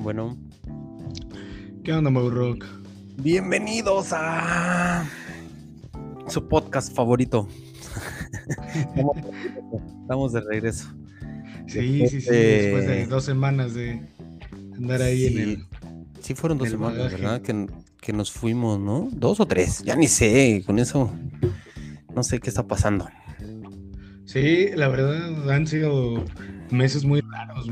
Bueno, ¿Qué onda, Rock? bienvenidos a su podcast favorito. Estamos de regreso. Sí, después de 2 semanas de andar ahí Sí fueron 2 en el semanas, bagaje. ¿verdad? Que nos fuimos, ¿no? 2 o 3, ya ni sé, con eso no sé qué está pasando. Sí, la verdad han sido meses muy raros,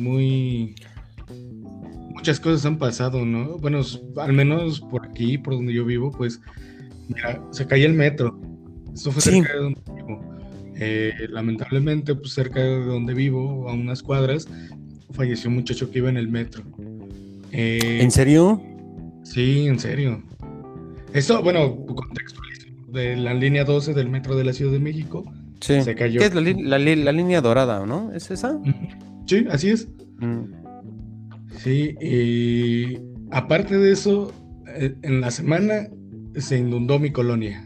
muchas cosas han pasado, ¿no? Bueno, al menos por aquí, por donde yo vivo, pues, mira, se cayó el metro. Esto fue Sí, cerca de donde vivo. Lamentablemente, pues cerca de donde vivo, a unas cuadras, falleció un muchacho que iba en el metro. ¿en serio? Sí, en serio. Esto, bueno, contextualizo, de la línea 12 del metro de la Ciudad de México, Sí. se cayó. ¿Qué es la línea dorada, no? ¿Es esa? Ujú. Sí, así es. Mm. Sí, y aparte de eso, en la semana se inundó mi colonia.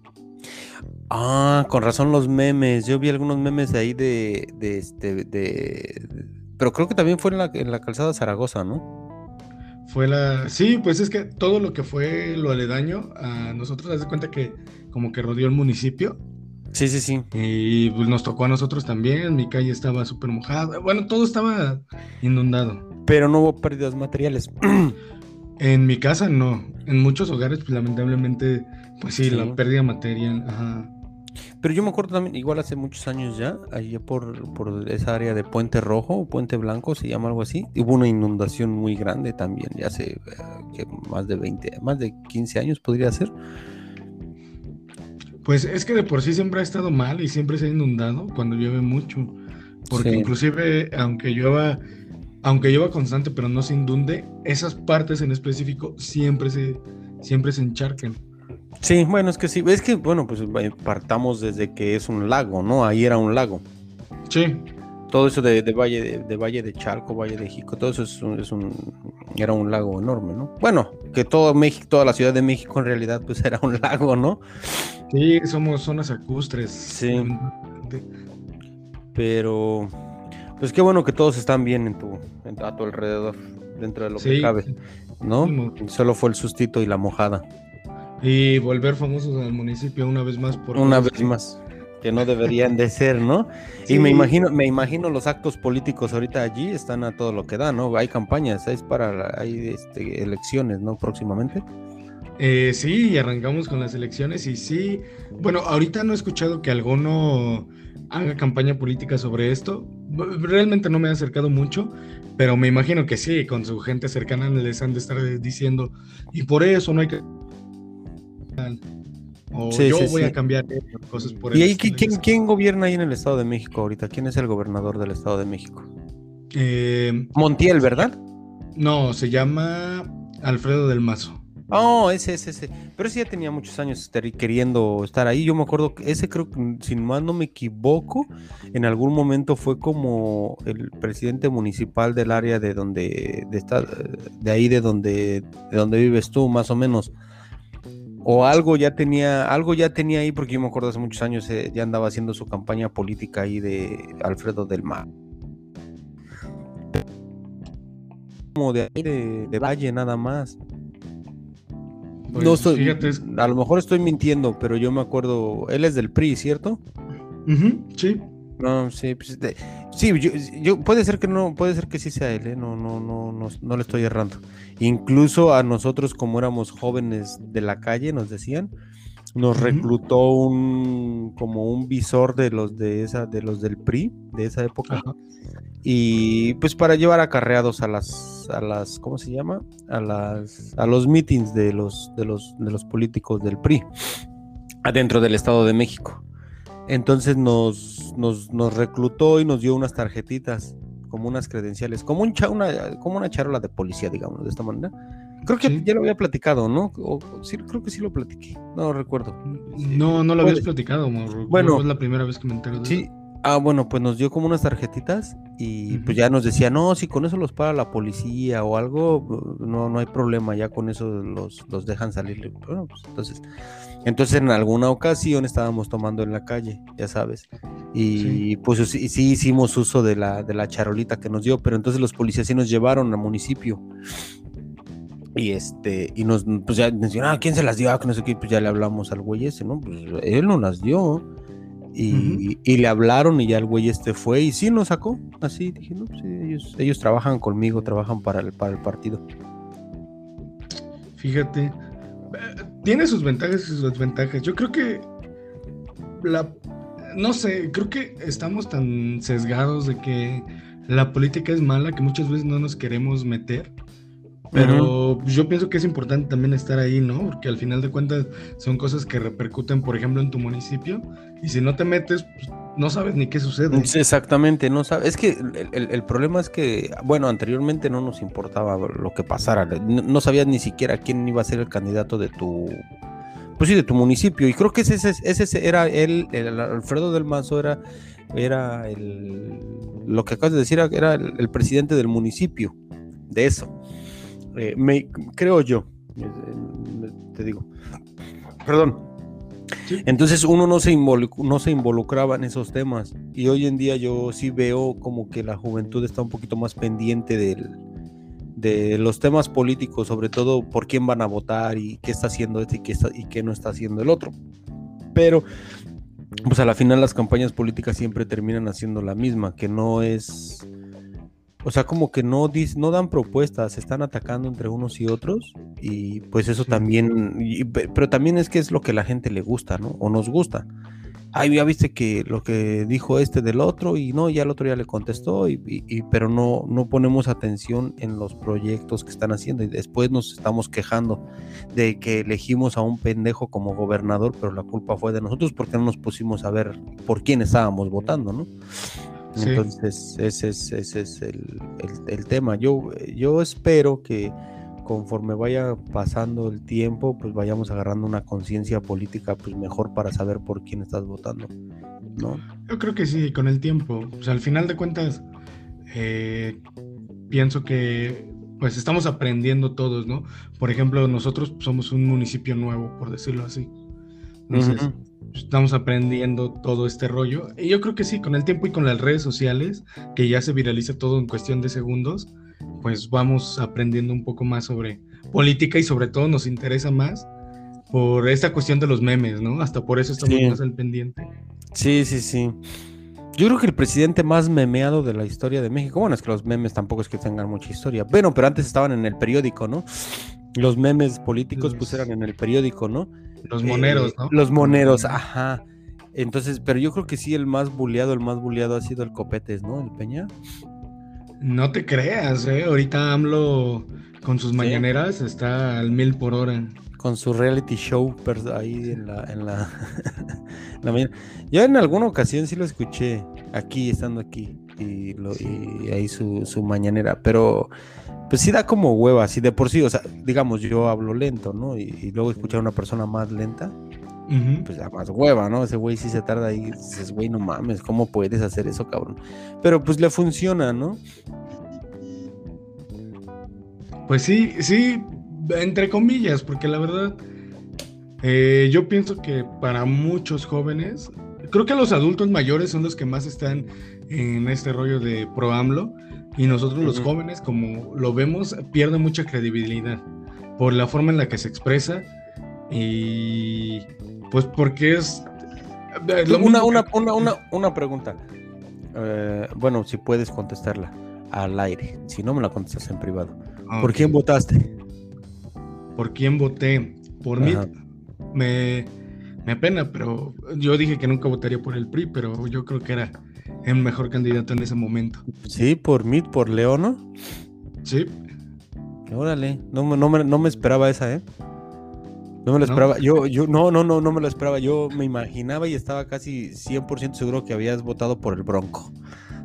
Ah, con razón los memes. Yo vi algunos memes de ahí pero creo que también fue en la calzada Zaragoza, ¿no? Sí, pues es que todo lo que fue lo aledaño a nosotros, haz de cuenta que como que rodeó el municipio Sí, sí, sí. y pues nos tocó a nosotros también, mi calle estaba súper mojada, bueno, todo estaba inundado. Pero no hubo pérdidas materiales. En mi casa no, en muchos hogares pues lamentablemente, pues sí, Sí. la pérdida material, ajá. Pero yo me acuerdo también, igual hace muchos años ya, allá por esa área de Puente Rojo, o Puente Blanco, se llama algo así, hubo una inundación muy grande también, ya hace que más de 15 años podría ser. Pues es que de por sí siempre ha estado mal y siempre se ha inundado cuando llueve mucho, porque Sí. inclusive aunque llueva constante pero no se inunde, esas partes en específico siempre se encharcan. Sí, bueno, es que sí, es que, bueno, pues partamos desde que es un lago, ¿no? Ahí era un lago. Sí, Todo eso de Valle de Chalco, Valle de Jico, todo eso era un lago enorme, ¿no? Bueno, que todo México, toda la Ciudad de México en realidad pues era un lago, ¿no? sí, somos zonas lacustres, Sí, lamentablemente. pero pues qué bueno que todos están bien a tu alrededor, dentro de lo que Sí, cabe, ¿no? Solo fue el sustito y la mojada. y volver famosos al municipio una vez más por Una cosas vez que más, que no deberían de ser, ¿no? Y sí. me imagino los actos políticos ahorita allí están a todo lo que da, ¿no? Hay campañas, hay elecciones, ¿no? Próximamente. Sí, y arrancamos con las elecciones y sí, bueno, ahorita no he escuchado que alguno haga campaña política sobre esto. Realmente no me he acercado mucho, pero me imagino que sí, con su gente cercana les han de estar diciendo, y por eso no hay que, o Sí, sí, yo voy a sí. cambiar cosas por ¿Y el ahí estilo, ya sabes. quién gobierna ahí en el Estado de México ahorita? ¿Quién es el gobernador del Estado de México? Eh, Montiel, se ¿verdad? no, se llama Alfredo del Mazo. Oh, ese. Pero ese ya tenía muchos años queriendo estar ahí. Yo me acuerdo que ese creo que, si mal no me equivoco, en algún momento fue como el presidente municipal del área de ahí de donde vives tú, más o menos. O algo ya tenía ahí, porque yo me acuerdo hace muchos años ya andaba haciendo su campaña política ahí de Alfredo del Mar. Como de ahí de Valle nada más. No Pues estoy, fíjate, a lo mejor estoy mintiendo, pero yo me acuerdo, él es del PRI, ¿cierto? ujú, sí. No, sí, pues, sí, puede ser que no, puede ser que sí sea él, ¿eh? No le estoy errando. Incluso a nosotros, como éramos jóvenes de la calle, nos decían, nos Ujú. reclutó como un visor de los del PRI de esa época, Ajá. y pues para llevar acarreados ¿cómo se llama? A los meetings de los políticos del PRI, adentro del Estado de México. Entonces nos reclutó y nos dio unas tarjetitas, como unas credenciales, como una charola de policía, digamos, de esta manera. Creo que Sí. ya lo había platicado, ¿no? Sí, creo que sí lo platiqué, no recuerdo. Sí, No, no lo habías puede. platicado, morro. Yo Bueno, es la primera vez que me entero de eso. sí. Bueno, pues nos dio como unas tarjetitas y pues Ujú. ya nos decía, no, si con eso los para la policía o algo, no hay problema, ya con eso los dejan salir. Bueno, pues entonces en alguna ocasión estábamos tomando en la calle, ya sabes. Sí. Y pues sí hicimos uso de la charolita que nos dio, pero entonces los policías sí nos llevaron al municipio. Y nos, pues ya mencionaba, ¿quién se las dio? Que no sé qué, pues ya le hablamos al güey ese, ¿no? Pues él no las dio. Y le hablaron y ya el güey fue y sí nos sacó. Así dije, no, pues ellos trabajan conmigo, trabajan para el partido. Fíjate, tiene sus ventajas y sus desventajas. Yo creo que no sé, creo que estamos tan sesgados de que la política es mala que muchas veces no nos queremos meter. Pero yo pienso que es importante también estar ahí, ¿no? Porque al final de cuentas son cosas que repercuten, por ejemplo, en tu municipio. Y si no te metes, pues no sabes ni qué sucede. Sí, exactamente, no sabes. Es que el problema es que, bueno, anteriormente no nos importaba lo que pasara. No sabías ni siquiera quién iba a ser el candidato de tu, pues sí, de tu municipio. Y creo que ese era el Alfredo del Mazo era lo que acabas de decir, era el presidente del municipio, de eso. Creo yo, te digo, perdón. Sí. Entonces uno no se involucraba en esos temas, y hoy en día yo sí veo como que la juventud está un poquito más pendiente de los temas políticos, sobre todo por quién van a votar y qué está haciendo y qué no está haciendo el otro. Pero pues a la final las campañas políticas siempre terminan haciendo la misma, que no es... O sea, como que no dan propuestas, se están atacando entre unos y otros, y pues eso también, pero también es que es lo que a la gente le gusta, ¿no? O nos gusta. Ay, ya viste que lo que dijo del otro, y no, ya el otro ya le contestó, pero no ponemos atención en los proyectos que están haciendo, y después nos estamos quejando de que elegimos a un pendejo como gobernador, pero la culpa fue de nosotros porque no nos pusimos a ver por quién estábamos votando, ¿no? Sí. Entonces ese es el tema. Yo espero que conforme vaya pasando el tiempo, pues vayamos agarrando una conciencia política pues mejor para saber por quién estás votando, ¿no? Yo creo que sí, con el tiempo. O sea, al final de cuentas, pienso que pues estamos aprendiendo todos, ¿no? Por ejemplo, nosotros somos un municipio nuevo, por decirlo así. Entonces, estamos aprendiendo todo este rollo. Y yo creo que sí, con el tiempo y con las redes sociales, que ya se viraliza todo en cuestión de segundos, pues vamos aprendiendo un poco más sobre política, y sobre todo nos interesa más por esta cuestión de los memes, ¿no? Hasta por eso estamos más al pendiente. Sí. Yo creo que el presidente más memeado de la historia de México, bueno, es que los memes tampoco es que tengan mucha historia, bueno, pero antes estaban en el periódico, ¿no? Los memes políticos pues eran en el periódico, ¿no? Los moneros, ¿no? Los moneros, ajá. Entonces, pero yo creo que sí, el más bulleado ha sido el Copetes, ¿no? El Peña. No te creas, ahorita AMLO con sus mañaneras está al 1000 por hora. Con su reality show ahí en la mañana. Yo en alguna ocasión sí lo escuché estando aquí, y ahí su mañanera, pero pues sí da como hueva, así de por sí, o sea, digamos, yo hablo lento, ¿no? Y luego escuchar a una persona más lenta, pues da más hueva, ¿no? Ese güey sí se tarda ahí, dices, güey, no mames, ¿cómo puedes hacer eso, cabrón? Pero pues le funciona, ¿no? Pues sí, entre comillas, porque la verdad, yo pienso que para muchos jóvenes, creo que los adultos mayores son los que más están en este rollo de pro AMLO, y nosotros los jóvenes, como lo vemos, pierde mucha credibilidad por la forma en la que se expresa, y pues porque es... Una pregunta, bueno, si puedes contestarla al aire, si no me la contestas en privado. Okay. ¿Por quién votaste? ¿Por quién voté? Por mí me apena, pero yo dije que nunca votaría por el PRI, pero yo creo que era el mejor candidato en ese momento. Sí, por mí, por Leo, ¿no? Sí. Órale, no me esperaba esa, No me lo esperaba. Yo no me lo esperaba. Yo me imaginaba y estaba casi 100% seguro que habías votado por el Bronco.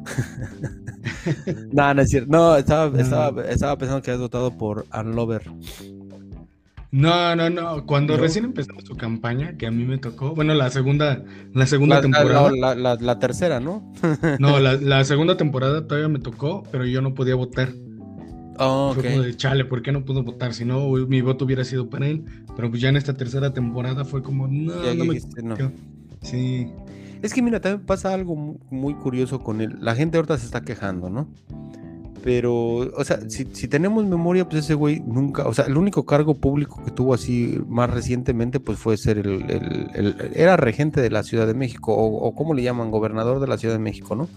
No es cierto. No, estaba pensando que habías votado por Unlover. No. Cuando recién empezó su campaña, que a mí me tocó, bueno, la segunda temporada. La tercera, ¿no? No, la segunda temporada todavía me tocó, pero yo no podía votar. Fue como de chale, ¿por qué no pudo votar? Si no, mi voto hubiera sido para él. Pero pues ya en esta tercera temporada fue como, no me... No. Sí. Es que mira, también pasa algo muy curioso con él. La gente ahorita se está quejando, ¿no? Pero, o sea, si tenemos memoria, pues ese güey nunca, o sea, el único cargo público que tuvo así más recientemente, pues fue ser era regente de la Ciudad de México, o ¿cómo le llaman? Gobernador de la Ciudad de México, ¿no?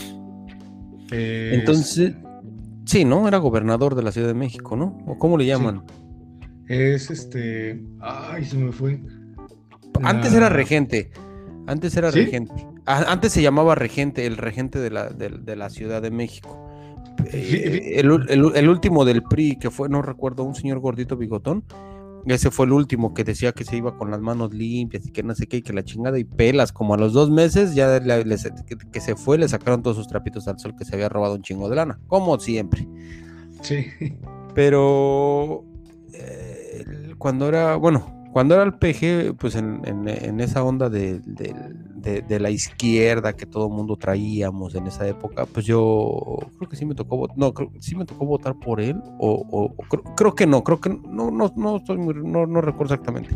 Es, Entonces, sí, ¿no? Era gobernador de la Ciudad de México, ¿no? ¿O cómo le sí, llaman? ay, se me fue. Antes era La, regente, antes era ¿Sí? regente. Antes se llamaba regente, el regente de la Ciudad de México. El último del PRI, que fue, no recuerdo, un señor gordito bigotón, ese fue el último que decía que se iba con las manos limpias y que no sé qué, y que la chingada y pelas, como a los 2 meses ya que se fue, le sacaron todos sus trapitos al sol, que se había robado un chingo de lana, como siempre. Sí. Pero cuando era el PG, pues en esa onda de la izquierda que todo el mundo traíamos en esa época, pues yo creo que sí me tocó, sí me tocó votar por él, creo que no, no estoy no recuerdo exactamente.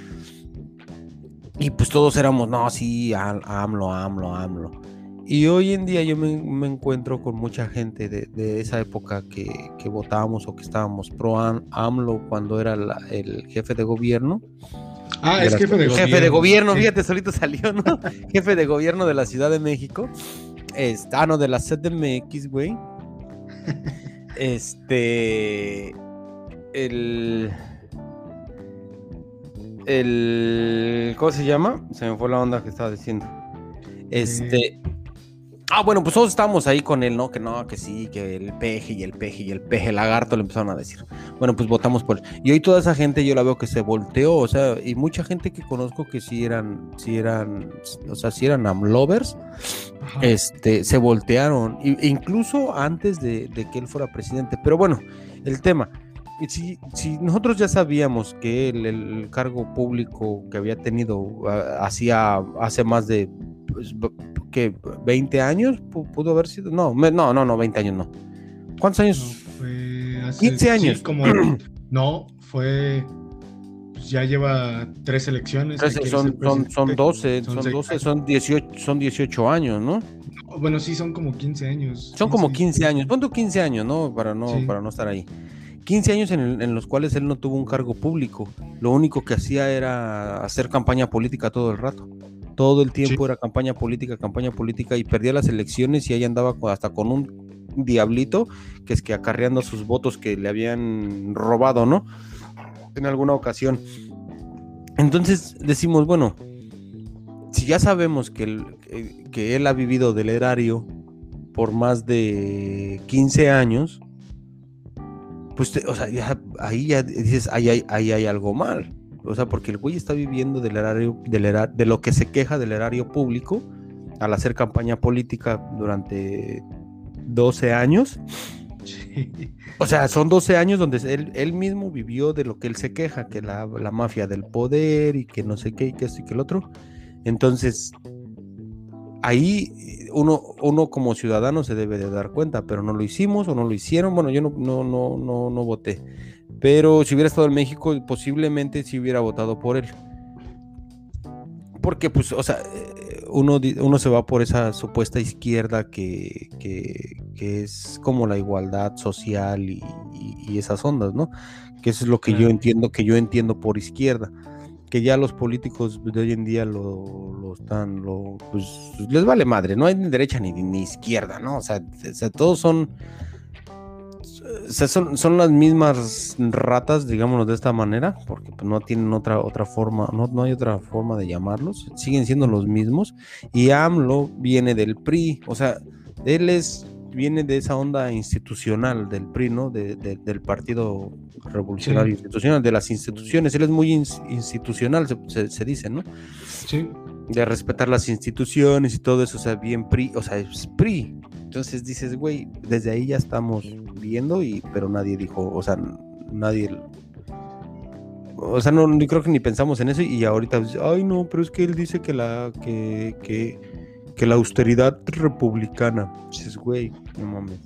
Y pues todos éramos, no, sí, AMLO. Y hoy en día yo me encuentro con mucha gente de esa época que votábamos o que estábamos pro AMLO cuando era el jefe de gobierno. Es jefe de Jefe de gobierno, sí. fíjate, solito salió, ¿no? Jefe de gobierno de la Ciudad de México. No, de la CDMX, güey. ¿Cómo se llama? Se me fue la onda que estaba diciendo. Bueno, pues todos estábamos ahí con él, ¿no? Que sí, que el peje lagarto le empezaron a decir. Bueno, pues votamos por él. Y hoy toda esa gente yo la veo que se volteó, o sea, y mucha gente que conozco que sí eran AMLovers, se voltearon, incluso antes de que él fuera presidente. Pero bueno, el tema, si nosotros ya sabíamos que el cargo público que había tenido hace más de que 20 años pudo haber sido, no, 20 años no. ¿Cuántos años? No, fue hace, 15 años. Sí, no, fue, pues ya lleva 3 elecciones. Son 12, son 18 años, ¿no? Bueno, sí, son como 15 años. Son como 15 años, pon tú 15 años, ¿no? Para no estar ahí. 15 años en los cuales él no tuvo un cargo público. Lo único que hacía era hacer campaña política todo el rato. Todo el tiempo era campaña política, y perdía las elecciones y ahí andaba hasta con un diablito, que es que acarreando sus votos que le habían robado, ¿no? En alguna ocasión. Entonces decimos, bueno, si ya sabemos que él ha vivido del erario por más de 15 años, pues, ahí ya dices, ahí hay algo mal. O sea, porque el güey está viviendo del erario, de lo que se queja del erario público al hacer campaña política durante 12 años. Sí. O sea, son 12 años donde él mismo vivió de lo que él se queja, que la mafia del poder y que no sé qué, y que esto y que el otro. Entonces, ahí uno como ciudadano se debe de dar cuenta, pero no lo hicimos o no lo hicieron. Bueno, yo no voté. Pero si hubiera estado en México, posiblemente sí hubiera votado por él. Porque, pues, o sea, uno se va por esa supuesta izquierda que es como la igualdad social y esas ondas, ¿no? Que eso es lo que yo entiendo por izquierda. Que ya los políticos de hoy en día pues les vale madre, no hay ni derecha ni izquierda, ¿no? O sea, todos son las mismas ratas, digámoslo de esta manera, porque pues, no tienen otra forma, no hay otra forma de llamarlos, siguen siendo los mismos. Y AMLO viene del PRI, o sea, viene de esa onda institucional del PRI, ¿no? Del Partido Revolucionario Institucional, de las instituciones. Él es muy institucional, se dice, ¿no? Sí. De respetar las instituciones y todo eso, o sea, bien PRI, o sea, es PRI. Entonces dices, güey, desde ahí ya estamos viendo, pero nadie dijo, o sea, no creo que ni pensamos en eso, y ahorita, ay no, pero es que él dice que la austeridad republicana. Dices, güey, no mames.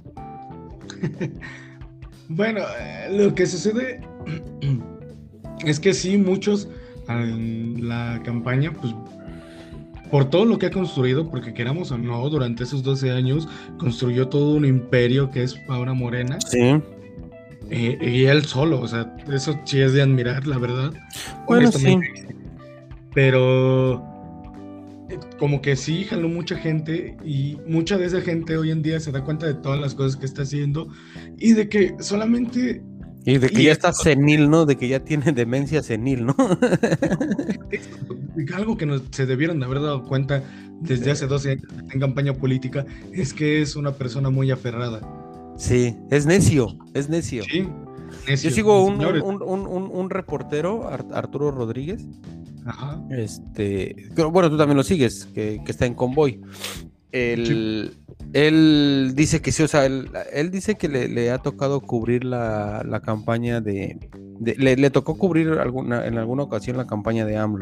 Bueno, lo que sucede es que sí, muchos en la campaña, pues por todo lo que ha construido, porque queramos o no, durante esos 12 años construyó todo un imperio que es ahora Morena, Sí, y él solo, o sea, eso sí es de admirar, la verdad, bueno, sí. honestamente, pero como que sí jaló mucha gente y mucha de esa gente hoy en día se da cuenta de todas las cosas que está haciendo y de que solamente, Y de que y ya es está senil, ¿no? De que ya tiene demencia senil, ¿no? algo que se debieron de haber dado cuenta desde hace 12 años en campaña política, es que es una persona muy aferrada. Sí, es necio, es necio. Sí, Yo necio, sigo señores. un reportero, Arturo Rodríguez. Ajá. Bueno, tú también lo sigues, que está en Convoy. Sí. Él dice que sí, o sea, él dice que le ha tocado cubrir la campaña le tocó cubrir en alguna ocasión la campaña de AMLO.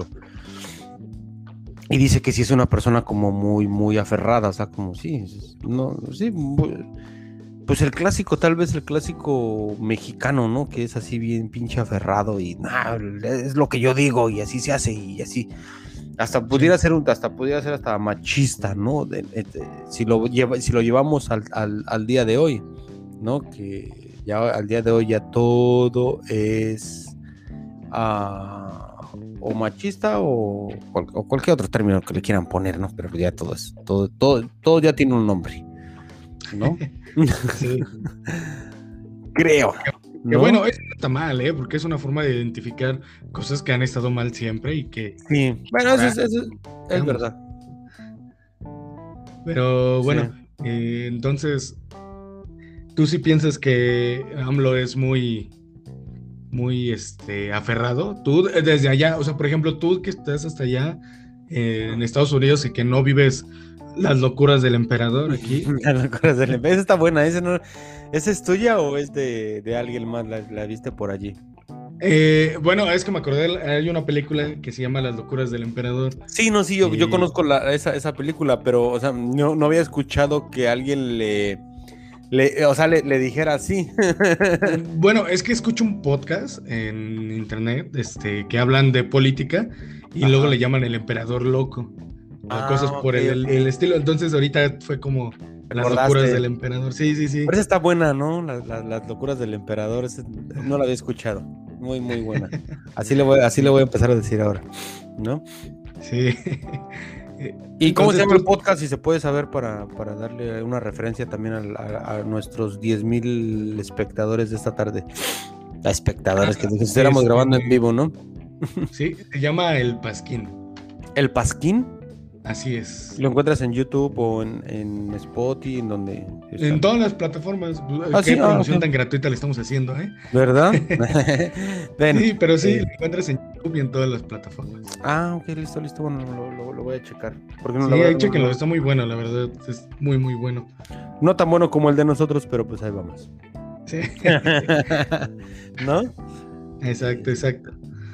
Y dice que sí es una persona como muy, muy aferrada, o sea, como sí, no, sí, pues el clásico, tal vez el clásico mexicano, ¿no? Que es así bien pinche aferrado y nah, es lo que yo digo y así se hace y así. Hasta Sí. pudiera ser hasta machista, ¿no? Si lo llevamos al día de hoy, ¿no? Que ya al día de hoy ya todo es o machista o cualquier otro término que le quieran poner, ¿no? Pero ya todo ya tiene un nombre, ¿no? Sí. Creo, Que ¿no? bueno, eso no está mal, ¿eh? Porque es una forma de identificar cosas que han estado mal siempre y que Sí, bueno, ahora es digamos. verdad. Pero Sí. bueno, entonces, ¿tú sí piensas que AMLO es muy, muy, aferrado? Tú desde allá, o sea, por ejemplo, tú que estás hasta allá en Estados Unidos y que no vives las locuras del emperador aquí. Las locuras del Esa está buena, ¿esa es tuya o es de alguien más? ¿La viste por allí? Bueno, es que me acordé, hay una película que se llama Las locuras del emperador. Sí, no, sí, yo Y conozco esa película, pero, o sea, no había escuchado que alguien o sea, le dijera así. bueno, es que escucho un podcast en internet, que hablan de política y luego le Ajá. llaman el emperador loco o cosas Ah, por ok, ok. el estilo. Entonces ahorita fue como las locuras Recordaste. del emperador. Sí, sí, sí. Pero esa está buena, ¿no? Las locuras del emperador, no la había escuchado. Muy, muy buena. Así le Sí, voy a empezar a decir ahora, ¿no? sí. ¿Y cómo se Entonces llama el tú, podcast? Si se puede saber para darle una referencia también a nuestros 10,000 espectadores de esta tarde. A espectadores, que estuviéramos este, grabando en vivo, ¿no? sí, se llama El Pasquín. El Pasquín, Así es. lo encuentras en YouTube o en Spotify, en donde está. En todas las plataformas. Ah, Qué sí, promoción ok. tan gratuita le estamos haciendo, ¿eh? ¿Verdad? Bueno. Sí, pero sí, eh, lo encuentras en YouTube y en todas las plataformas. ok, listo, listo. Bueno, lo voy a checar. Porque no, la Sí, verdad, ahí chéquenlo, está muy bueno, la verdad, es muy, muy bueno. no tan bueno como el de nosotros, pero pues ahí vamos. Sí, ¿No? exacto, exacto.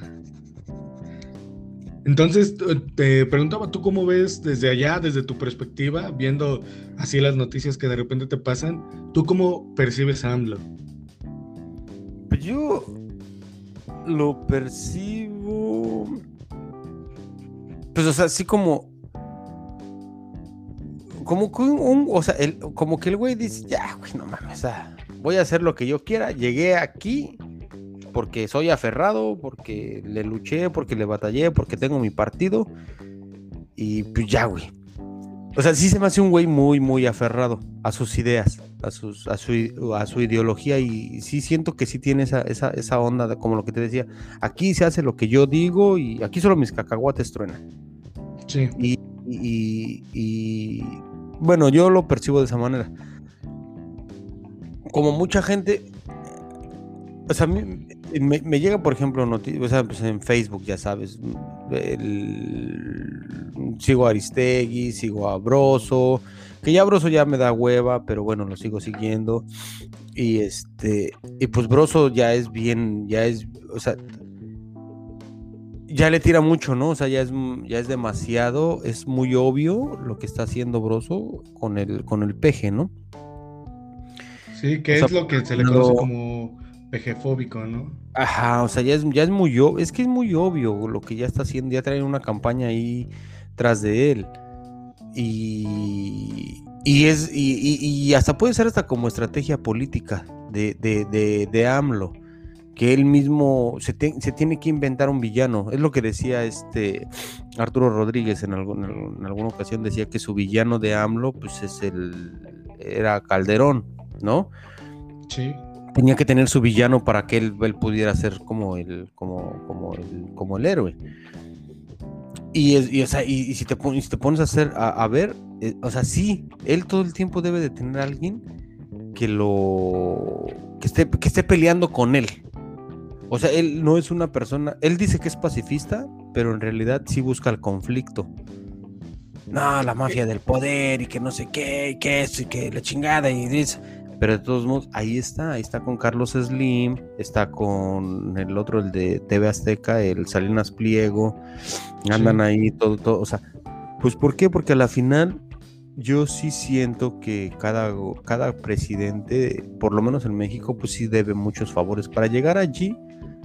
Entonces, te preguntaba, ¿tú cómo ves desde allá, desde tu perspectiva, viendo así las noticias que de repente te pasan, ¿tú cómo percibes a AMLO? Pues yo lo percibo. Pues, o sea, así como que o sea, como que el güey dice, ya, güey, no mames, o sea, voy a hacer lo que yo quiera. Llegué aquí porque soy aferrado, porque le luché, porque le batallé, porque tengo mi partido. Y pues ya, güey. O sea, sí se me hace un güey muy, muy aferrado a sus ideas, a su ideología. Y sí siento que sí tiene esa onda, como lo que te decía. Aquí se hace lo que yo digo y aquí solo mis cacahuates truenan. Sí, Y, y bueno, yo lo percibo de esa manera. Como mucha gente, o sea, a mí me llega, por ejemplo, o sea, pues en Facebook, ya sabes, sigo a Aristegui, sigo a Broso, que ya Broso ya me da hueva, pero bueno, lo sigo siguiendo. Y pues Broso o sea, ya le tira mucho, ¿no? O sea, ya es demasiado, es muy obvio lo que está haciendo Broso con el peje, ¿no? sí, O que sea, es lo que se le conoce como pejefóbico, ¿no? ajá, o sea, ya es muy obvio, es que es muy obvio lo que ya está haciendo, ya trae una campaña ahí tras de él. Y hasta puede ser hasta como estrategia política de AMLO, que él mismo se tiene que inventar un villano. Es lo que decía Arturo Rodríguez en alguna ocasión, decía que su villano de AMLO pues era Calderón, ¿no? Sí. Tenía que tener su villano para que él pudiera ser como el héroe. Y si te pones a ver, o sea, sí, él todo el tiempo debe de tener a alguien que esté peleando con él. O sea, él no es una persona, él dice que es pacifista, pero en realidad sí busca el conflicto. No, la mafia del poder y que no sé qué, y que eso, y que la chingada, y dice. Pero de todos modos, ahí está con Carlos Slim, está con el otro, el de TV Azteca, el Salinas Pliego, andan ahí todo, o sea, pues ¿por qué? Porque a la final yo sí siento que cada presidente, por lo menos en México, pues sí debe muchos favores. Para llegar allí,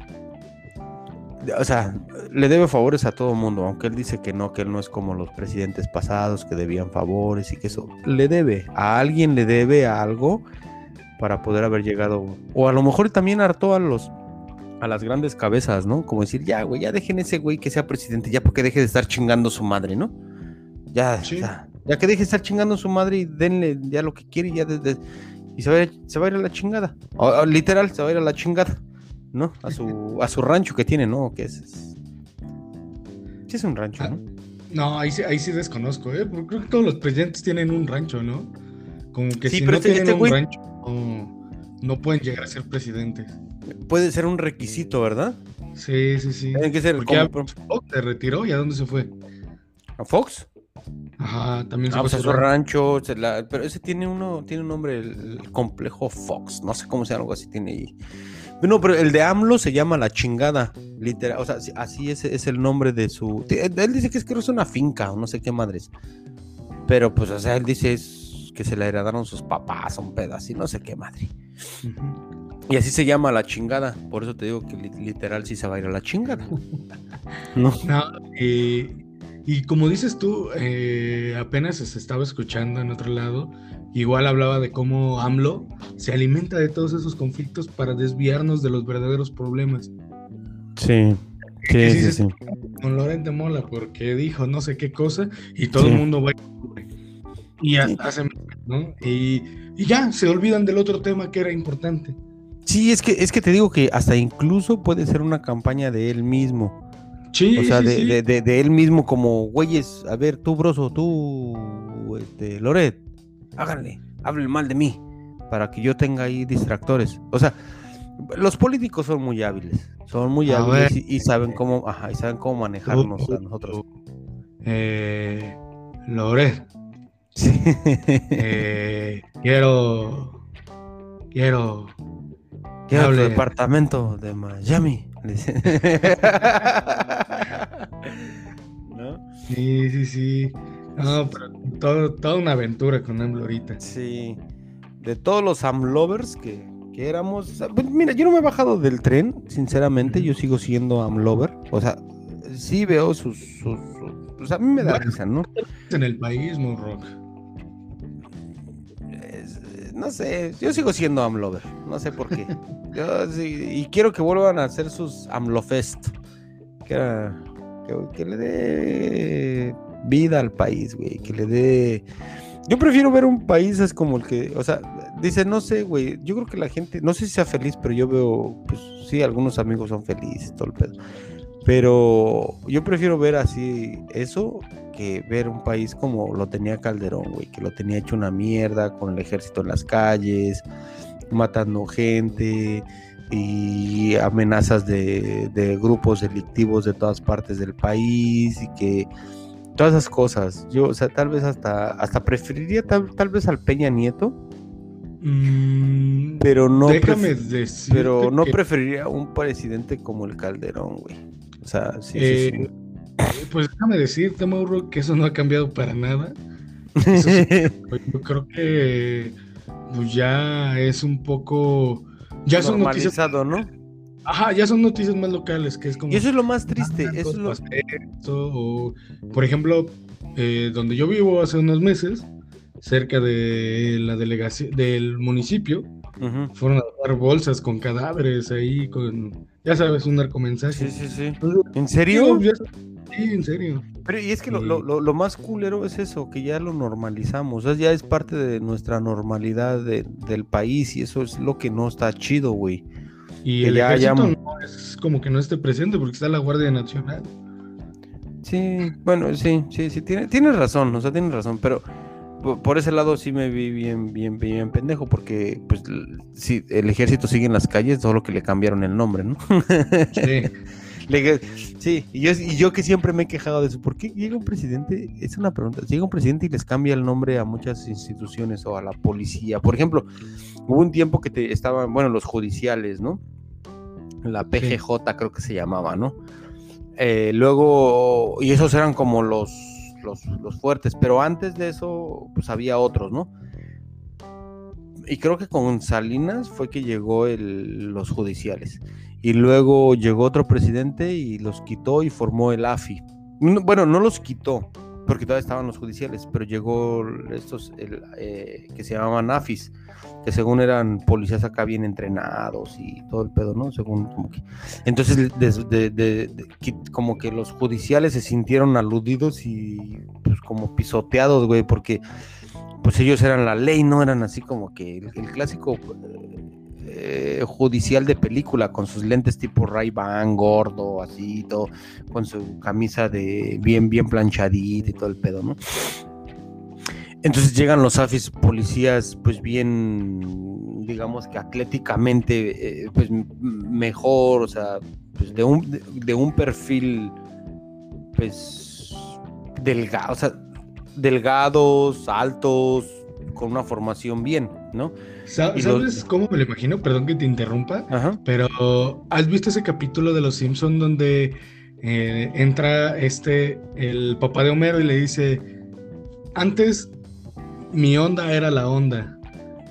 o sea, le debe favores a todo el mundo, aunque él dice que él no es como los presidentes pasados que debían favores y que eso, a alguien le debe algo para poder haber llegado, o a lo mejor también hartó a las grandes cabezas, ¿no? Como decir, ya, güey, ya dejen ese güey que sea presidente, ya porque deje de estar chingando a su madre, ¿no? Ya, sí. Ya que deje de estar chingando a su madre y denle ya lo que quiere y ya y se va a ir a la chingada, o literal, se va a ir a la chingada, ¿no? A su rancho que tiene, ¿no? Que sí es un rancho, ¿no? No, ahí sí desconozco, porque creo que todos los presidentes tienen un rancho, ¿no? Como que sí, si no tienen un rancho, no pueden llegar a ser presidentes. Puede ser un requisito, ¿verdad? Sí. Tienen que ser. Fox se retiró, ¿y a dónde se fue? ¿A Fox? Ajá, también se fue pues a su rancho, pero ese tiene un nombre, el complejo Fox, no sé cómo sea, algo así tiene ahí. No, pero el de AMLO se llama La Chingada, literal, o sea, así es el nombre de su... Él dice que es una finca, o no sé qué madres, pero pues, o sea, él dice que se la heredaron sus papás, un pedazo, y no sé qué madre. Uh-huh. Y así se llama La Chingada, por eso te digo que literal sí se va a ir a la chingada. No, y como dices tú, apenas se estaba escuchando en otro lado, igual hablaba de cómo AMLO se alimenta de todos esos conflictos para desviarnos de los verdaderos problemas. Sí. Con Loret de Mola, porque dijo no sé qué cosa y todo el mundo va y hacen, ¿no? Y ya se olvidan del otro tema que era importante. Sí, es que te digo que hasta incluso puede ser una campaña de él mismo. Sí, o sea, sí, de él mismo, como, güeyes, a ver, tú, broso, tú, Loret, hablen mal de mí, para que yo tenga ahí distractores. O sea, los políticos son muy hábiles, y saben cómo, manejarnos a nosotros. Loret. Sí. Quiero el departamento de Miami. ¿No? Sí. No, pero toda una aventura con AMLO ahorita. Sí. De todos los AMLovers que éramos. Pues mira, yo no me he bajado del tren, sinceramente. Yo sigo siendo AMLover. O sea, sí veo sus o sea, a mí me da risa, ¿no? En el país, muy rock. No sé, yo sigo siendo AMLover, no sé por qué. Yo sí, y quiero que vuelvan a hacer sus AMLOfest, que le dé vida al país, güey, que le dé... Yo prefiero ver un país es como el que, o sea, dice, no sé, güey, yo creo que la gente, no sé si sea feliz, pero yo veo, pues sí, algunos amigos son felices, todo el pedo. Pero yo prefiero ver así eso que ver un país como lo tenía Calderón, güey, que lo tenía hecho una mierda, con el ejército en las calles, matando gente y amenazas de grupos delictivos de todas partes del país y que todas esas cosas. Yo, o sea, tal vez hasta preferiría tal vez al Peña Nieto, pero no preferiría un presidente como el Calderón, güey. O sea, sí. Pues déjame decirte, Mauro, que eso no ha cambiado para nada. Yo creo que pues ya es un poco... Ya normalizado, ¿no? Ajá, ya son noticias más locales, que es como... Y eso es lo más triste, eso es lo... O, por ejemplo, donde yo vivo hace unos meses, cerca de la delegación del municipio, Ujú. fueron a dar bolsas con cadáveres ahí, con, ya sabes, un Sí, narcomensaje. sí, sí. Entonces, ¿En digo, serio? sí, en serio. Pero y es que Y, lo más culero es eso, que ya lo normalizamos, o sea, ya es parte de nuestra normalidad del país y eso es lo que no está chido, güey. y Que el ya haya... ejército no es como que no esté presente porque está la Guardia Nacional. Sí, bueno, sí, sí, sí, tienes razón, o sea, tienes razón, pero por ese lado sí me vi bien pendejo, porque pues sí, el ejército sigue en las calles, solo que le cambiaron el nombre, ¿no? Sí. Sí, y yo que siempre me he quejado de eso, ¿por qué llega un presidente? Es una pregunta, llega un presidente y les cambia el nombre a muchas instituciones o a la policía. Por ejemplo, hubo un tiempo que estaban, bueno, los judiciales, ¿no? La PGJ creo que se llamaba, ¿no? Luego, y esos eran como los fuertes, pero antes de eso, pues había otros, ¿no? Y creo que con Salinas fue que llegó los judiciales. Y luego llegó otro presidente y los quitó y formó el AFI. Bueno, no los quitó, porque todavía estaban los judiciales, pero llegó estos que se llamaban AFIs, que según eran policías acá bien entrenados y todo el pedo, ¿no? Según como que... Entonces, como que los judiciales se sintieron aludidos y pues como pisoteados, güey, porque pues ellos eran la ley, no eran así como que el clásico judicial de película, con sus lentes tipo Ray-Ban, gordo, así, todo, con su camisa de bien planchadita y todo el pedo, ¿no? Entonces llegan los AFIS policías, pues bien, digamos que atléticamente, pues mejor, o sea, pues de un perfil, pues delgado, o sea, delgados, altos, con una formación bien, ¿no? ¿Sabes cómo me lo imagino? Perdón que te interrumpa, Ajá. pero ¿has visto ese capítulo de Los Simpson donde entra el papá de Homero y le dice, antes mi onda era la onda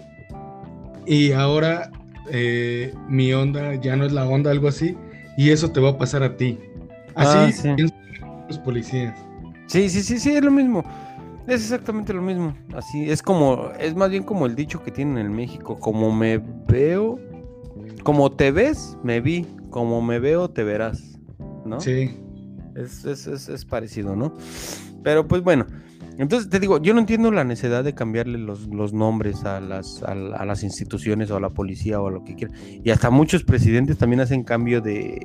y ahora mi onda ya no es la onda, algo así, y eso te va a pasar a ti? Así Sí. piensan los policías. Sí, es lo mismo. Es exactamente lo mismo. Así, es más bien como el dicho que tienen en México, como me veo, como te ves, me vi, como me veo, te verás, ¿no? Sí. Es parecido, ¿no? Pero pues bueno, entonces te digo, yo no entiendo la necesidad de cambiarle los nombres a las instituciones o a la policía o a lo que quieran. Y hasta muchos presidentes también hacen cambio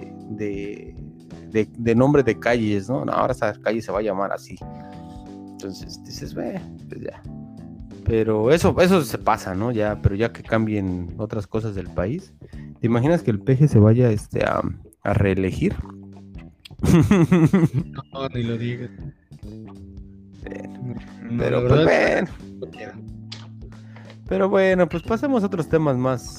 de nombre de calles, ¿no? No, ahora esa calle se va a llamar así. Entonces dices, pues ya. Pero eso se pasa, ¿no? Ya, pero ya que cambien otras cosas del país. ¿Te imaginas que el peje se vaya a reelegir? No, ni lo digas. No, Pero la pues verdad, bueno. Pero bueno, pues pasemos a otros temas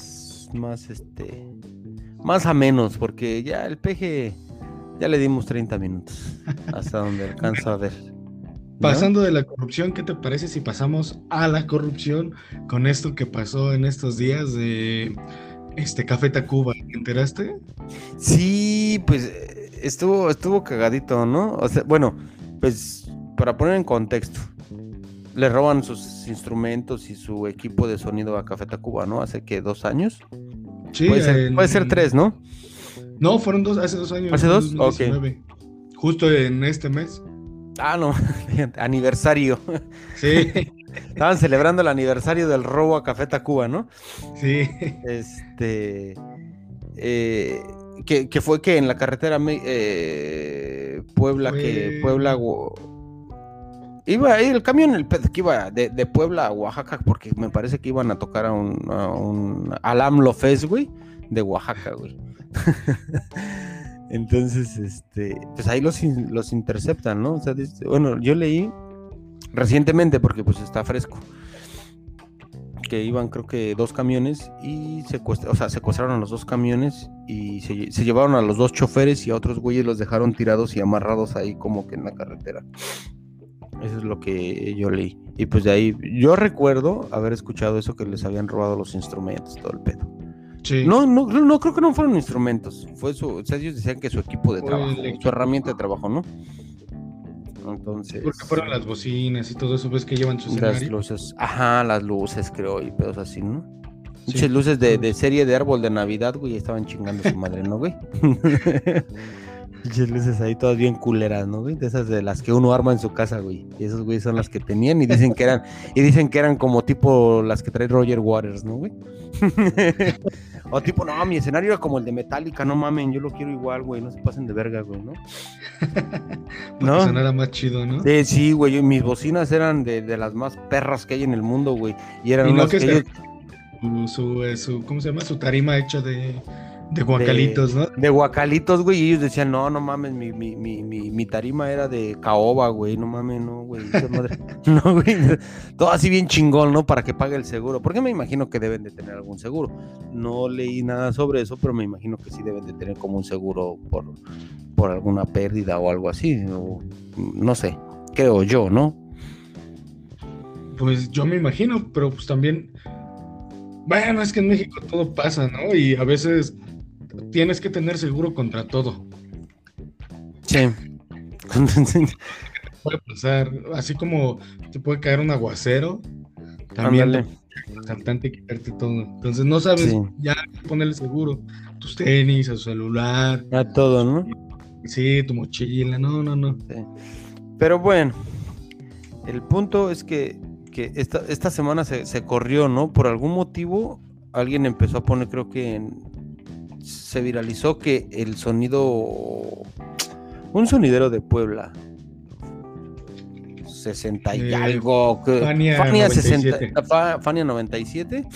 más a menos, porque ya el peje ya le dimos 30 minutos hasta donde alcanzo a ver. ¿No? pasando de la corrupción, ¿qué te parece si pasamos a la corrupción con esto que pasó en estos días de Café Tacuba? ¿Te enteraste? Sí, pues estuvo cagadito, ¿no? O sea, bueno, pues para poner en contexto, le roban sus instrumentos y su equipo de sonido a Café Tacuba, ¿no? Hace que 2 años. Sí, Puede ser 3, ¿no? No, fueron hace 2 años, ¿Hace fue en 2? Ok. 2019. Justo en este mes. Ah, no, aniversario. Sí, Estaban celebrando el aniversario del robo a Café Tacuba, ¿no? sí. Eh, que fue que en la carretera Puebla, Fue. iba el camión que iba de Puebla a Oaxaca, porque me parece que iban a tocar al AMLO Fest, güey, de Oaxaca, güey. Entonces, pues ahí los interceptan, ¿no? O sea, bueno, yo leí recientemente, porque pues está fresco, que iban creo que 2 camiones y secuestraron a los 2 camiones y se llevaron a los 2 choferes y a otros güeyes los dejaron tirados y amarrados ahí como que en la carretera. Eso es lo que yo leí. Y pues de ahí, yo recuerdo haber escuchado eso, que les habían robado los instrumentos, todo el pedo. Sí. No creo que no fueron instrumentos. O sea, ellos decían que su equipo de trabajo, su herramienta de trabajo, ¿no? Entonces. Porque fueron las bocinas y todo eso, ves que llevan su Las escenario. luces, las luces, creo, y pedos así, ¿no? Sí. Muchas luces de serie de árbol de Navidad, güey, estaban chingando a su madre, ¿no, güey? Muchas luces ahí todas bien culeras, ¿no, güey? De esas de las que uno arma en su casa, güey. Y esos güey son las que tenían y dicen que eran como tipo las que trae Roger Waters, ¿no, güey? O tipo, no, mi escenario era como el de Metallica, no mamen, yo lo quiero igual, güey, no se pasen de verga, güey, ¿no? Para que sonara más chido, ¿no? Sí, güey, mis bocinas eran de las más perras que hay en el mundo, güey. Y eran Y no unas que que sea ellos... ¿cómo se llama? Su tarima hecha de guacalitos, ¿no? De guacalitos, güey, y ellos decían, no mames, mi tarima era de caoba, güey, no mames, no, güey, esa madre. No, güey, todo así bien chingón, ¿no? Para que pague el seguro, porque me imagino que deben de tener algún seguro. No leí nada sobre eso, pero me imagino que sí deben de tener como un seguro por alguna pérdida o algo así, no sé, creo yo, ¿no? Pues yo me imagino, pero pues también, bueno, es que en México todo pasa, ¿no? Y a veces tienes que tener seguro contra todo. Sí. Puede pasar, así como te puede caer un aguacero, también Ándale. te puede asaltante y quitarte todo. Entonces no sabes, Sí. ya hay que ponerle seguro, tus tenis, a tu celular, A todo, ¿no? sí, tu mochila, no. Sí. Pero bueno, el punto es que esta semana se corrió, ¿no? Por algún motivo, alguien empezó a poner, creo que se viralizó que el sonido, un sonidero de Puebla, 60 y algo, Fania Fania 97. 60, Fania 97.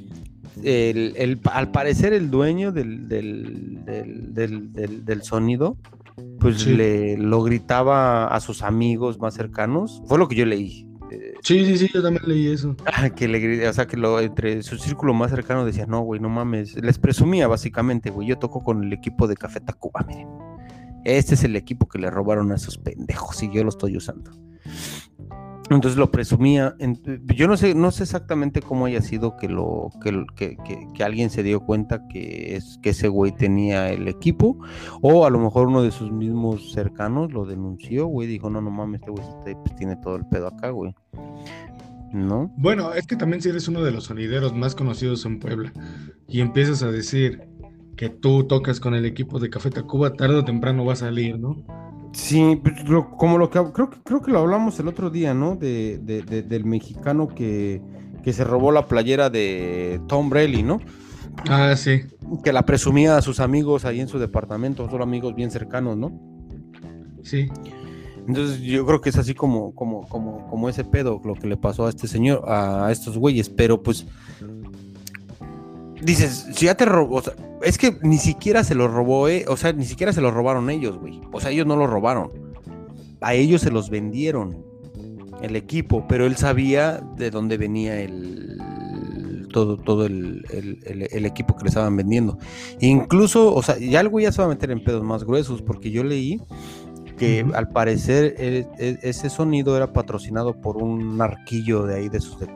Al parecer el dueño del sonido, pues Sí. lo gritaba a sus amigos más cercanos. Fue lo que yo leí. Sí, yo también leí eso. O sea, que entre su círculo más cercano decía, no, güey, no mames. Les presumía básicamente, güey, yo toco con el equipo de Café Tacuba, miren. Este es el equipo que le robaron a esos pendejos y yo lo estoy usando. Entonces lo presumía. Yo no sé exactamente cómo haya sido que alguien se dio cuenta que ese güey tenía el equipo, o a lo mejor uno de sus mismos cercanos lo denunció, güey, dijo, no mames, este güey pues, tiene todo el pedo acá, güey, ¿no? Bueno, es que también si eres uno de los sonideros más conocidos en Puebla y empiezas a decir que tú tocas con el equipo de Café Tacuba, tarde o temprano va a salir, ¿no? Sí, pues, como lo que creo que lo hablamos el otro día, ¿no? Del mexicano que se robó la playera de Tom Brady, ¿no? Ah, sí. Que la presumía a sus amigos ahí en su departamento, solo amigos bien cercanos, ¿no? Sí. Entonces yo creo que es así como ese pedo lo que le pasó a este señor, a estos güeyes, pero pues dices, si ya te robó, o sea, es que ni siquiera se lo robó, o sea, ni siquiera se lo robaron ellos, güey. O sea, ellos no lo robaron. A ellos se los vendieron el equipo, pero él sabía de dónde venía todo el equipo que le estaban vendiendo. Incluso, o sea, ya el güey ya se va a meter en pedos más gruesos, porque yo leí que al parecer ese sonido era patrocinado por un narquillo de ahí, de esos de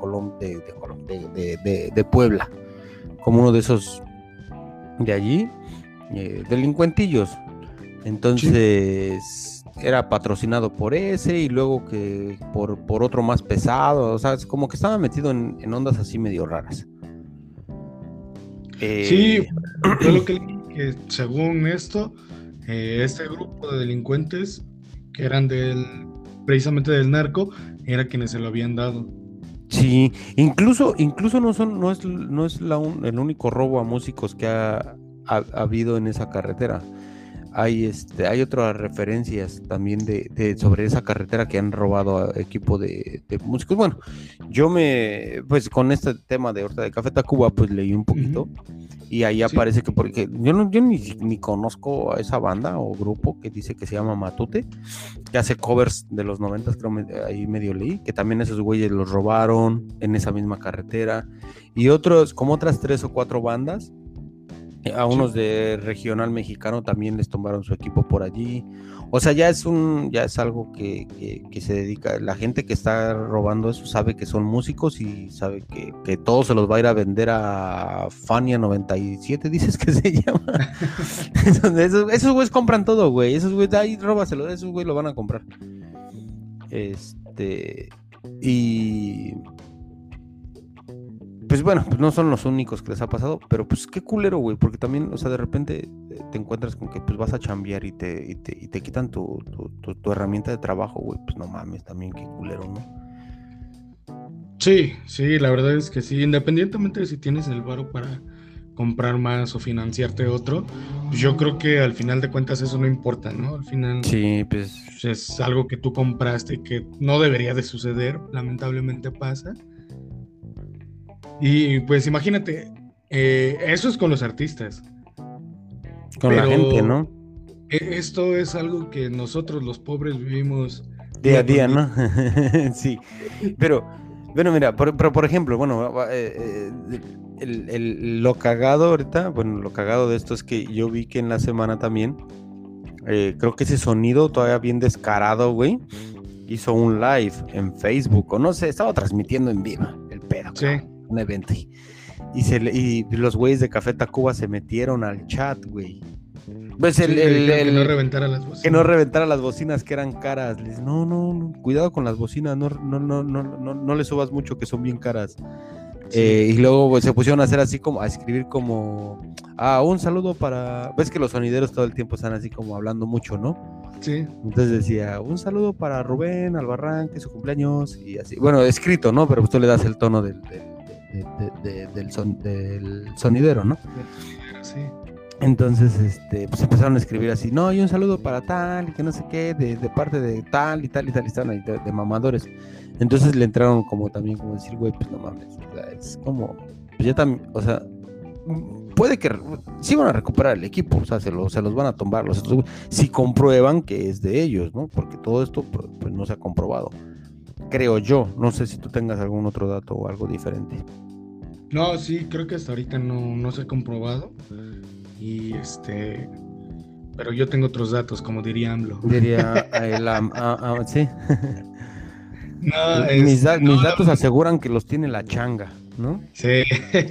Puebla, como uno de esos de allí, delincuentillos. Entonces era patrocinado por ese y luego que por otro más pesado, o sea, es como que estaba metido en ondas así medio raras. Sí, yo lo que leí que según esto, este grupo de delincuentes que eran precisamente del narco, era quienes se lo habían dado. Sí, incluso no es el único robo a músicos que ha habido en esa carretera. Hay otras referencias también sobre esa carretera que han robado a equipo de músicos. Bueno, pues con este tema de ahorita de Café Tacuba, pues leí un poquito y ahí aparece que, porque yo ni conozco a esa banda o grupo que dice que se llama Matute, que hace covers de los 90, creo, ahí medio leí, que también esos güeyes los robaron en esa misma carretera, y como otras 3 o 4 bandas A Sí. unos de regional mexicano también les tomaron su equipo por allí. O sea, ya es algo que se dedica. La gente que está robando eso sabe que son músicos y sabe que todo se los va a ir a vender a Fania 97, dices que se llama. Esos güeyes compran todo, güey. Esos güeyes, ahí róbaselo, esos güeyes lo van a comprar. Este. Y pues bueno, pues no son los únicos que les ha pasado, pero pues qué culero, güey, porque también, o sea, de repente te encuentras con que pues vas a chambear y te quitan tu herramienta de trabajo, güey, pues no mames, también qué culero, ¿no? Sí, sí, la verdad es que sí, independientemente de si tienes el varo para comprar más o financiarte otro, pues yo creo que al final de cuentas eso no importa, ¿no? Al final Sí, pues, pues, es algo que tú compraste que no debería de suceder, lamentablemente pasa. Y pues imagínate, eso es con los artistas, con la gente, pero ¿no? esto es algo que nosotros los pobres vivimos Día a día con día, día. ¿no? Sí, pero, bueno, mira, pero por ejemplo, bueno, lo cagado ahorita, bueno, lo cagado de esto es que yo vi que en la semana también, creo que ese sonido todavía bien descarado, güey, hizo un live en Facebook, o no sé, estaba transmitiendo en vivo el pedo, Sí, cabrón, un evento. Y los güeyes de Café Tacuba se metieron al chat, güey. Pues sí, le dijeron que no reventara las que no bocinas. reventara las bocinas que eran caras. Les, no, no, no, cuidado con las bocinas, no le subas mucho que son bien caras. Sí, Y luego pues, se pusieron a hacer así como, a escribir como, un saludo para, ves que los sonideros todo el tiempo están así como hablando mucho, ¿no? sí, Entonces decía, un saludo para Rubén Albarrán, que es su cumpleaños, y así. Bueno, escrito, ¿no? Pero pues tú le das el tono del sonidero, ¿no? sí. Entonces, pues empezaron a escribir así, no, y un saludo para tal, y que no sé qué, de parte de tal y tal y tal, y estaban ahí de mamadores. Entonces le entraron como también, como decir, güey, pues no mames, o sea, es como, pues ya también, o sea, puede que sí van a recuperar el equipo, o sea, se los van a tomar los otros, si comprueban que es de ellos, ¿no? Porque todo esto, pues no se ha comprobado, creo yo, no sé si tú tengas algún otro dato o algo diferente. No, sí, creo que hasta ahorita no se ha comprobado. Y pero yo tengo otros datos, como diría AMLO. Diría, sí. No, Mis datos aseguran que los tiene la changa, ¿no? sí.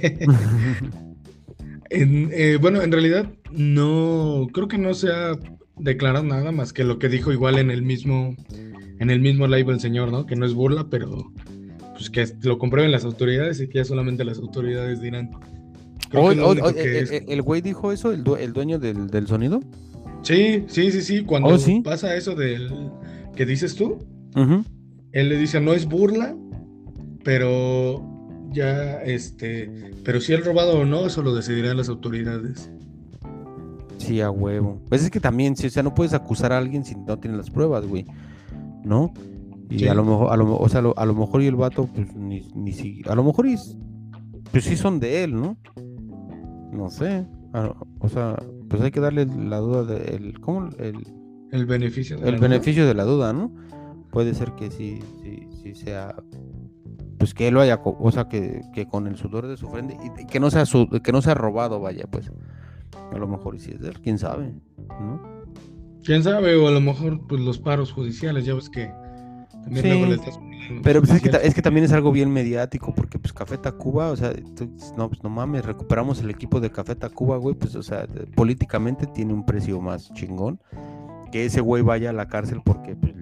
Bueno, en realidad no, creo que no se ha declarado nada más que lo que dijo igual en el mismo live el señor, ¿no? Que no es burla, pero pues que lo comprueben las autoridades y que ya solamente las autoridades dirán. Creo que es lo único que es. El güey dijo eso, el dueño del sonido. Sí, sí, sí, sí. Oh, Cuando sí. pasa eso del que dices tú, Ujú. él le dice no es burla, pero ya, pero si él robado o no, eso lo decidirán las autoridades. Sí, a huevo. Pues es que también, sí, o sea, no puedes acusar a alguien si no tienes las pruebas, güey, ¿no? Y a lo Sí, mejor, o sea, a lo mejor y el vato, pues ni si, a lo mejor pues sí son de él, ¿no? No sé. O sea, pues hay que darle la duda ¿cómo? el beneficio de El la duda. beneficio de la duda, ¿no? Puede ser que sí sea, pues que él lo haya, o sea, que con el sudor de su frente, y que no sea robado, vaya, pues, a lo mejor y si es de él, quién sabe, ¿no? Quién sabe, o a lo mejor pues los paros judiciales, ya ves que también luego Sí, les das en los pero pues judiciales. es que también es algo bien mediático, porque pues Café Tacuba, o sea, no, pues no mames, recuperamos el equipo de Café Tacuba, güey, pues, o sea, políticamente tiene un precio más chingón que ese güey vaya a la cárcel porque pues,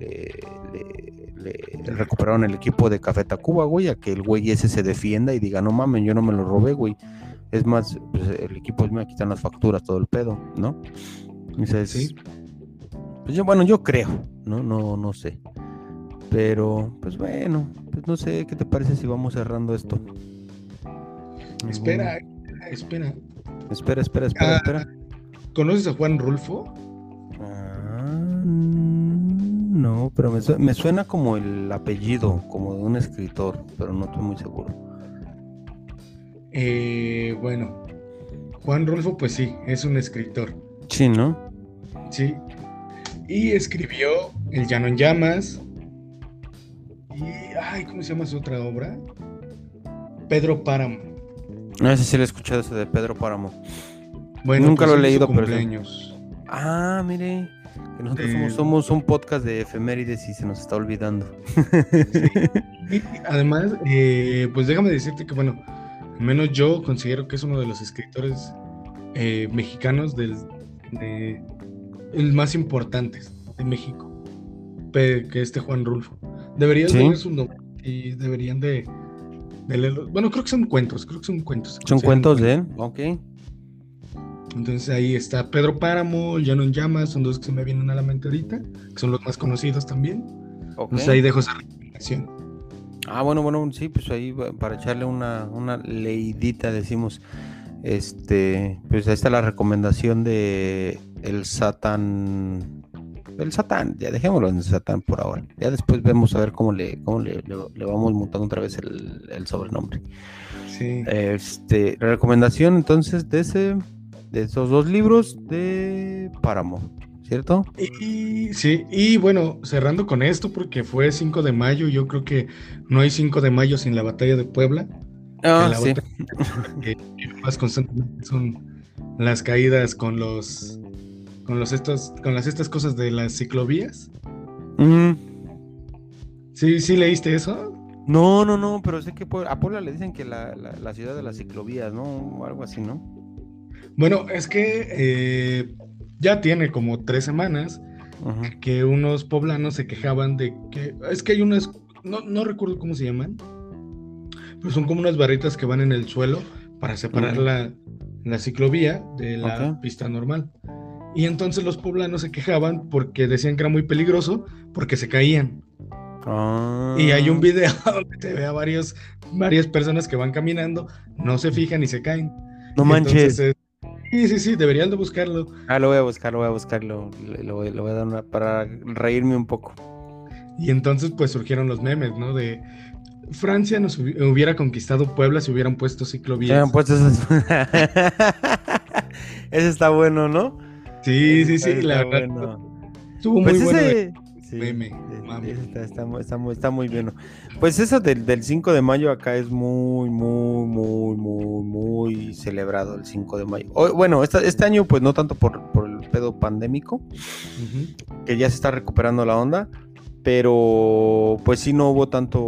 le recuperaron el equipo de Café Tacuba, güey, a que el güey ese se defienda y diga, no mames, yo no me lo robé, güey. Es más, pues, el equipo me quitan las facturas, todo el pedo, ¿no? Entonces, Sí, pues yo, bueno, yo creo, no sé. Pero, pues bueno, pues no sé, ¿qué te parece si vamos cerrando esto? espera, Algún... espera. Ah, Espera. ¿conoces a Juan Rulfo? No, pero me suena como el apellido, como de un escritor, pero no estoy muy seguro. Bueno, Juan Rulfo, pues sí, es un escritor, Sí, ¿no? sí, y escribió El Llano en Llamas y, ay, ¿cómo se llama su otra obra? Pedro Páramo. No sé si le he escuchado ese de Pedro Páramo. Bueno, Nunca pues lo he hoy es su leído, pero sí. cumpleaños. Ah, mire, que nosotros De- somos un podcast de efemérides y se nos está olvidando. sí. Y además, pues déjame decirte que, bueno, al menos yo considero que es uno de los escritores mexicanos de- el más importantes de México, que Juan Rulfo. Deberías de Sí, leer su nombre y deberían de leerlo. Bueno, creo que son cuentos, se son consideran cuentos de cuentos. él, ok, Entonces ahí está Pedro Páramo, Llano en Llamas, son dos que se me vienen a la mente ahorita, que son los más conocidos también. ok. Entonces ahí dejo esa recomendación. Ah, bueno, sí, pues ahí para echarle una leidita, decimos, pues ahí está la recomendación de el Satán, ya dejémoslo en Satán por ahora. Ya después vemos a ver cómo le vamos mutando otra vez el sobrenombre. Sí. La recomendación entonces de esos dos libros de Páramo, ¿cierto? Y sí, y bueno, cerrando con esto, porque fue 5 de mayo, yo creo que no hay 5 de mayo sin la batalla de Puebla, que Ah, la sí. batalla que más constantemente son las caídas con estas cosas de las ciclovías. Mm, Sí, sí leíste eso. no, pero sé que a Puebla le dicen que la ciudad de las ciclovías, ¿no? O algo así, ¿no? Bueno, es que ya tiene como 3 semanas Ujú, que unos poblanos se quejaban de que es que hay unas, no recuerdo cómo se llaman, pero son como unas barritas que van en el suelo para separar ujú, la ciclovía de ok. la pista normal. Y entonces los poblanos se quejaban porque decían que era muy peligroso porque se caían. Y hay un Ah, video donde se ve a varias personas que van caminando, no se fijan y se caen. no Y entonces, manches. sí, deberían de buscarlo. Ah, lo voy a buscar, le voy a dar para reírme un poco. Y entonces pues surgieron los memes, ¿no? De Francia nos hubiera conquistado Puebla si hubieran puesto Se han ciclovías. puesto esos. Ese está bueno, ¿no? Sí, la Está verdad bueno. estuvo muy Pues bueno el ese, sí, meme, mame. ese está muy bueno. Pues eso del 5 de mayo acá es muy celebrado el 5 de mayo. Bueno, este año pues no tanto por el pedo pandémico, Ujú. que ya se está recuperando la onda, pero pues sí no hubo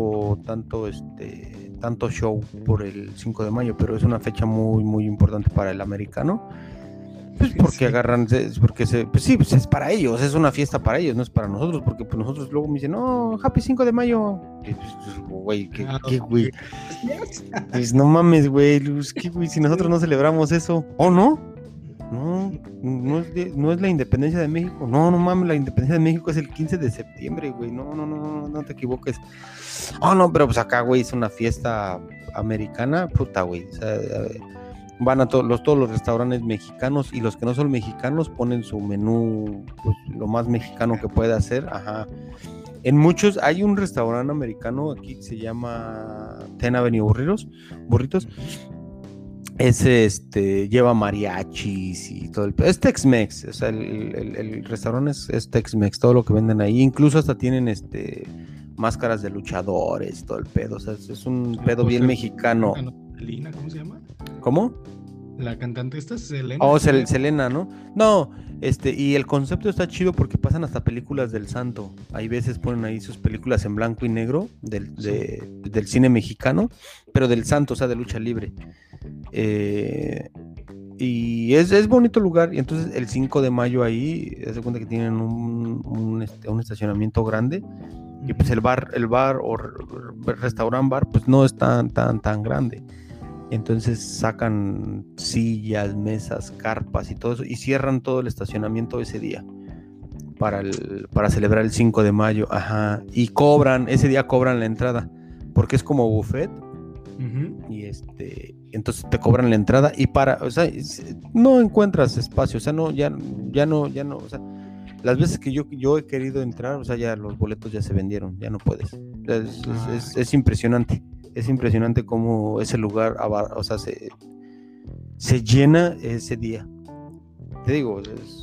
tanto show por el 5 de mayo, pero es una fecha muy importante para el americano. Pues porque Sí. agarran, pues sí, pues es para ellos, es una fiesta para ellos, no es para nosotros, porque pues nosotros luego me dicen, no, Happy 5 de mayo. Y pues, güey, Ah, ¿qué, güey? yes. Pues no mames, güey, pues, ¿qué, güey? Si nosotros no celebramos eso, ¿o no? No, no es la independencia de México, no mames, la independencia de México es el 15 de septiembre, güey, no te equivoques. Oh, no, pero pues acá, güey, es una fiesta americana, puta, güey, o sea, van a todos los restaurantes mexicanos y los que no son mexicanos ponen su menú, pues, lo más mexicano que puede hacer. Ajá. En muchos, hay un restaurante americano aquí que se llama Ten Avenue Burritos. Ese lleva mariachis y todo es Tex-Mex, o sea, el restaurante es Tex-Mex, todo lo que venden ahí, incluso hasta tienen máscaras de luchadores, todo el pedo, o sea, es un ¿A pedo poco bien se mexicano. canta, no? Selena, ¿cómo se llama? ¿Cómo? La cantante esta es Selena, Oh, creo. Selena, ¿no? No, y el concepto está chido porque pasan hasta películas del santo. Hay veces ponen ahí sus películas en blanco y negro Sí. del cine mexicano, pero del santo, o sea, de lucha libre. Eh, y es bonito lugar. Y entonces el 5 de mayo ahí, se cuenta que tienen un estacionamiento grande. Y pues el bar o restaurant bar, pues no es tan grande. Entonces sacan sillas, mesas, carpas y todo eso y cierran todo el estacionamiento ese día para celebrar el 5 de mayo. Ajá. Y ese día cobran la entrada, porque es como buffet Ujú. y entonces te cobran la entrada y o sea, no encuentras espacio, o sea, no, ya no, o sea, las veces que yo he querido entrar, o sea, ya los boletos ya se vendieron, ya no puedes. Ah, Es impresionante. Es impresionante cómo ese lugar, o sea, se llena ese día. Te digo,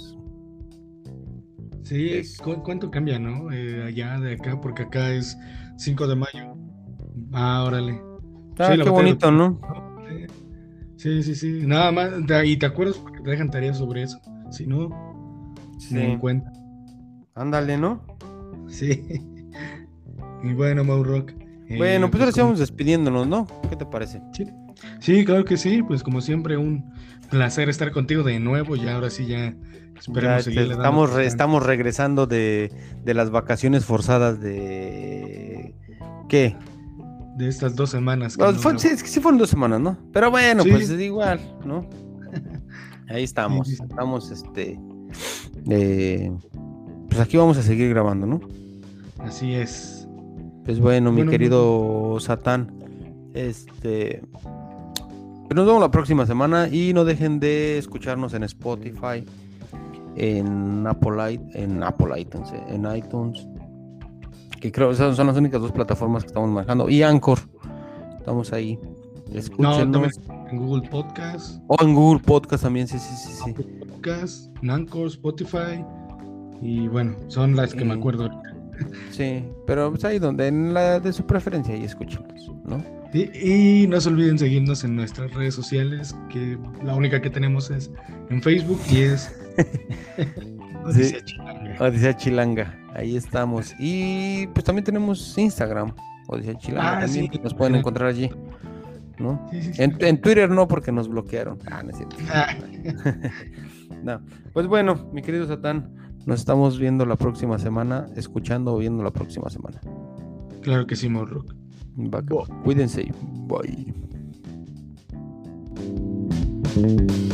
sí, es ¿cuánto cambia, no? Allá de acá, porque acá es 5 de mayo. Ah, órale. Sí, la qué batalla de bonito, Puebla, ¿no? ¿no? Sí. Sí. Nada más. Y te acuerdas porque te dejan tareas sobre eso. Si no, ni en Sí, cuenta. ándale, ¿no? Sí. Y bueno, Maurock. Bueno, pues Pues ahora sí como. vamos despidiéndonos, ¿no? ¿Qué te parece? Sí. Sí, claro que sí. Pues como siempre, un placer estar contigo de nuevo. Y ahora sí, ya Ya esperemos seguirle dando. estamos regresando de las vacaciones forzadas de... ¿Qué? De estas 2 semanas que Bueno, no grabo. sí, es que sí fueron 2 semanas, ¿no? Pero bueno, pues Sí, es igual, ¿no? Ahí sí, sí, estamos, sí. estamos, pues aquí vamos a seguir grabando, ¿no? Así es. Pues bueno, mi Bueno, Maurock, querido Satán, pues nos vemos la próxima semana y no dejen de escucharnos en Spotify, en Apple iTunes, en iTunes, que creo que esas son las únicas dos plataformas que estamos manejando, y Anchor, estamos ahí, no, también escúchenos, en Google Podcast, o en Google Podcast también, sí, sí, sí, sí. Apple Podcast, en Anchor, Spotify. Y bueno, son las que me Y- acuerdo ahorita. sí, pero pues ahí donde, en la de su preferencia, ahí escúchenos, ¿no? Y no se olviden seguirnos en nuestras redes sociales, que la única que tenemos es en Facebook y es Sí, Odisea Chilanga. Odisea Chilanga, ahí estamos. Y pues también tenemos Instagram, Odisea Chilanga Ah, también, sí, nos pueden encontrar allí, ¿no? sí. En Twitter no, porque nos bloquearon. Ah, no es cierto. Ah, No. Pues bueno, mi querido Satán, nos estamos viendo la próxima semana, escuchando o viendo la próxima semana. claro que sí, Morrock. Va, que va. Cuídense. Bye.